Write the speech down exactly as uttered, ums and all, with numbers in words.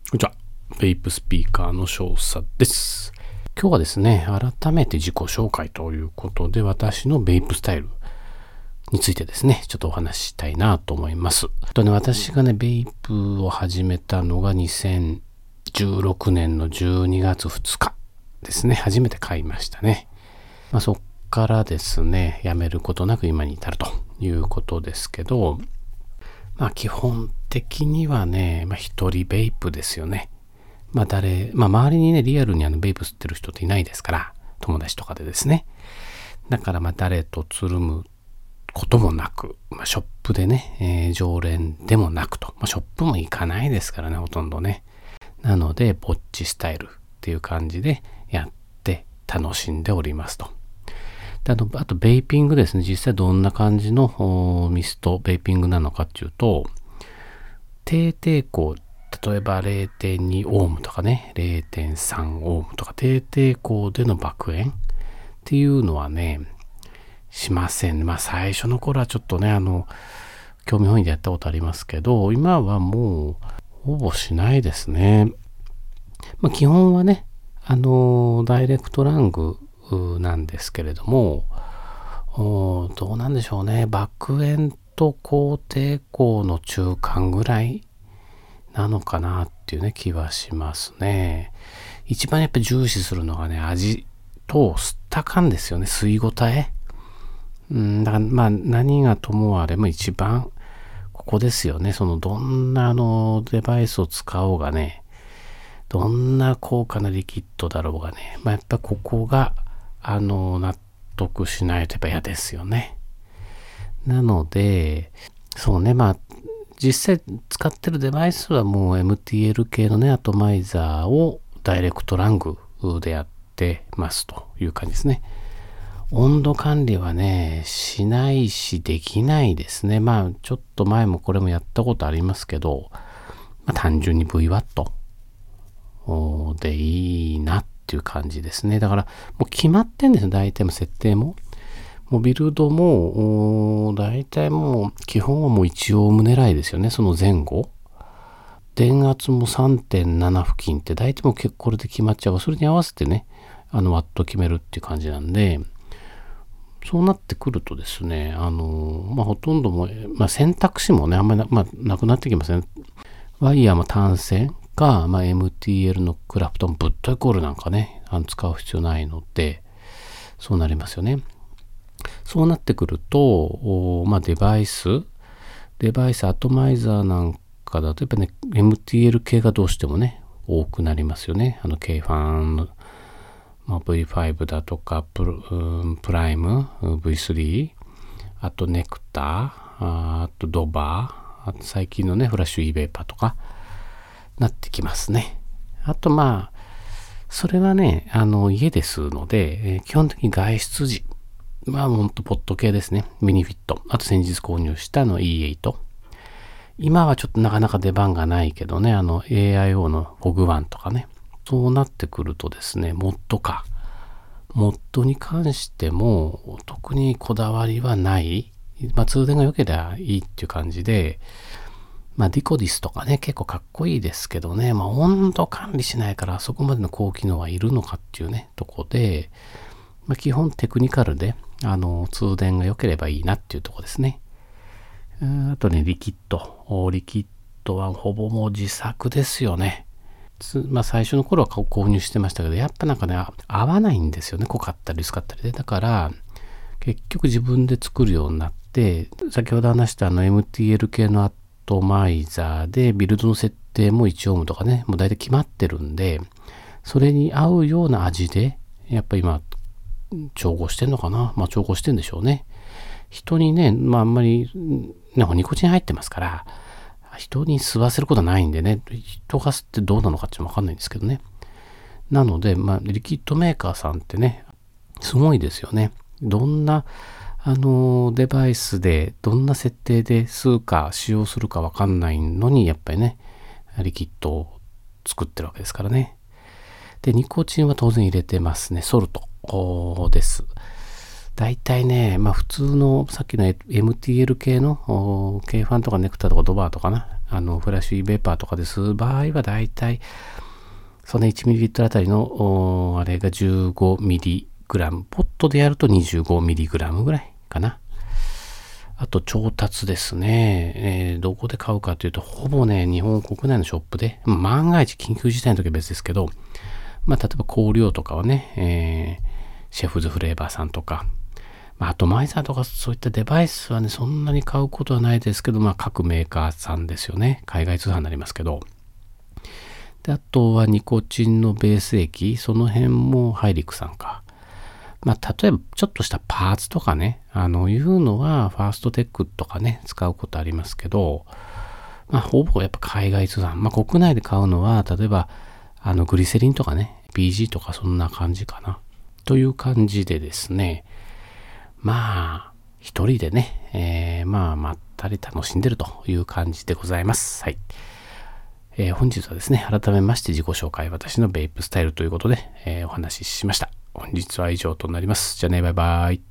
こんにちは。ベイプスピーカーの翔太です。今日はですね、改めて自己紹介ということで、私のベイプスタイルについてですね、ちょっとお話ししたいなと思います。とね、私がね、ベイプを始めたのがにせんじゅうろくねんのじゅうにがつふつかですね。初めて買いましたね。まあ、そっからですね、やめることなく今に至るということですけど、まあ基本的にはね、まあ一人ベイプですよね。まあ誰、まあ周りにね、リアルにあのベイプ吸ってる人っていないですから、友達とかでですね。だからまあ誰とつるむこともなく、まあショップでね、えー、常連でもなくと。まあショップも行かないですからね、ほとんどね。なので、ぼっちスタイルっていう感じでやって楽しんでおりますと。であと、あとベイピングですね。実際どんな感じのミスト、ベイピングなのかっていうと、低抵抗、例えば れいてんに オームとかね、れいてんさん オームとか、低抵抗での爆炎っていうのはね、しません。まあ最初の頃はちょっとね、あの、興味本位でやったことありますけど、今はもうほぼしないですね。まあ基本はね、あの、ダイレクトラングなんですけれども、どうなんでしょうね。爆炎と高抵抗の中間ぐらいなのかなっていうね気はしますね。一番やっぱり重視するのがね、味と吸った感ですよね。吸い応え。うん、だからまあ何がともあれも一番ここですよね。そのどんなあのデバイスを使おうがね、どんな高価なリキッドだろうがね、まあやっぱここがあの納得しないとやっぱ嫌ですよね。なので、そうね、まあ実際使ってるデバイスはもう エムティーエル 系のね、アトマイザーをダイレクトラングでやってますという感じですね。温度管理はね、しないしできないですね。まあちょっと前もこれもやったことありますけど、まあ、単純に ブイワット でいいなっていう感じですね。だからもう決まってんですよ。大体も設定も。もうビルドも、大体もう基本はもういちオーム狙いですよね。その前後。電圧も さんてんなな 付近って大体もう結構これで決まっちゃう。それに合わせてね、あのワット決めるっていう感じなんで、そうなってくるとですね、あの、まあほとんども、まあ選択肢もね、あんまりな、まあ、なくなってきません。ワイヤーも単線か、まあ エムティーエル のクラプトン、ブッドエコールなんかね、あの使う必要ないので、そうなりますよね。そうなってくると、まあ、デバイス、デバイスアトマイザーなんかだと、やっぱね、エムティーエル 系がどうしてもね、多くなりますよね。あの、K ファンの、まあ、ブイファイブ だとか、プ, うん、プライム、ブイスリー、あとネクター、あとドバー、あと最近のね、フラッシュ イーベーパーとか、なってきますね。あと、まあ、それはね、あの、家ですので、えー、基本的に外出時、まあ、ほんと、ポット系ですね。ミニフィット。あと、先日購入したの イーエイト。今はちょっとなかなか出番がないけどね、あの、エーアイオー の フォグワン とかね。そうなってくるとですね、モッドか。モッドに関しても、特にこだわりはない。まあ、通電が良ければいいっていう感じで、まあ、ディコディスとかね、結構かっこいいですけどね、まあ、温度管理しないから、そこまでの高機能はいるのかっていうね、とこで、まあ、基本テクニカルで、あの、通電が良ければいいなっていうところですね。あとね、リキッド。リキッドはほぼもう自作ですよね。まあ最初の頃は購入してましたけど、やっぱなんかね、合わないんですよね。濃かったり薄かったりで。だから、結局自分で作るようになって、先ほど話したあの エムティーエル 系のアトマイザーで、ビルドの設定もいちオームとかね、もう大体決まってるんで、それに合うような味で、やっぱ今、調合してんのかな、まあ調合してんでしょうね。人にね、まああんまり、なんかニコチン入ってますから、人に吸わせることはないんでね、人が吸ってどうなのかってわかんないんですけどね。なので、まあリキッドメーカーさんってね、すごいですよね。どんな、あの、デバイスで、どんな設定で吸うか使用するかわかんないのに、やっぱりね、リキッドを作ってるわけですからね。で、ニコチンは当然入れてますね。ソルトです。 大体ね、まあ普通のさっきの エムティーエル 系の K ファンとかネクタとかドバーとかな、あのフラッシュイーベーパーとかでする場合は大体そのいちミリリットルあたりのあれがじゅうごミリグラム、ポットでやるとにじゅうごミリグラムぐらいかな。あと調達ですね、えー、どこで買うかというと、ほぼね、日本国内のショップで、万が一緊急事態の時は別ですけど、まあ例えば香料とかはね、えー、シェフズフレーバーさんとか、まあ、アトマイザーとかそういったデバイスはね、そんなに買うことはないですけど、まあ各メーカーさんですよね。海外通販になりますけど。で、あとはニコチンのベース液、その辺もハイリックさんか。まあ、例えばちょっとしたパーツとかね、あのいうのはファーストテックとかね、使うことありますけど、まあ、ほぼやっぱ海外通販。まあ、国内で買うのは、例えば、あの、グリセリンとかね、ピージー とかそんな感じかな。という感じでですね、まあ、一人でね、えー、まあ、まったり楽しんでるという感じでございます。はい。えー、本日はですね、改めまして自己紹介、私のベイプスタイルということで、えー、お話ししました。本日は以上となります。じゃあね、バイバイ。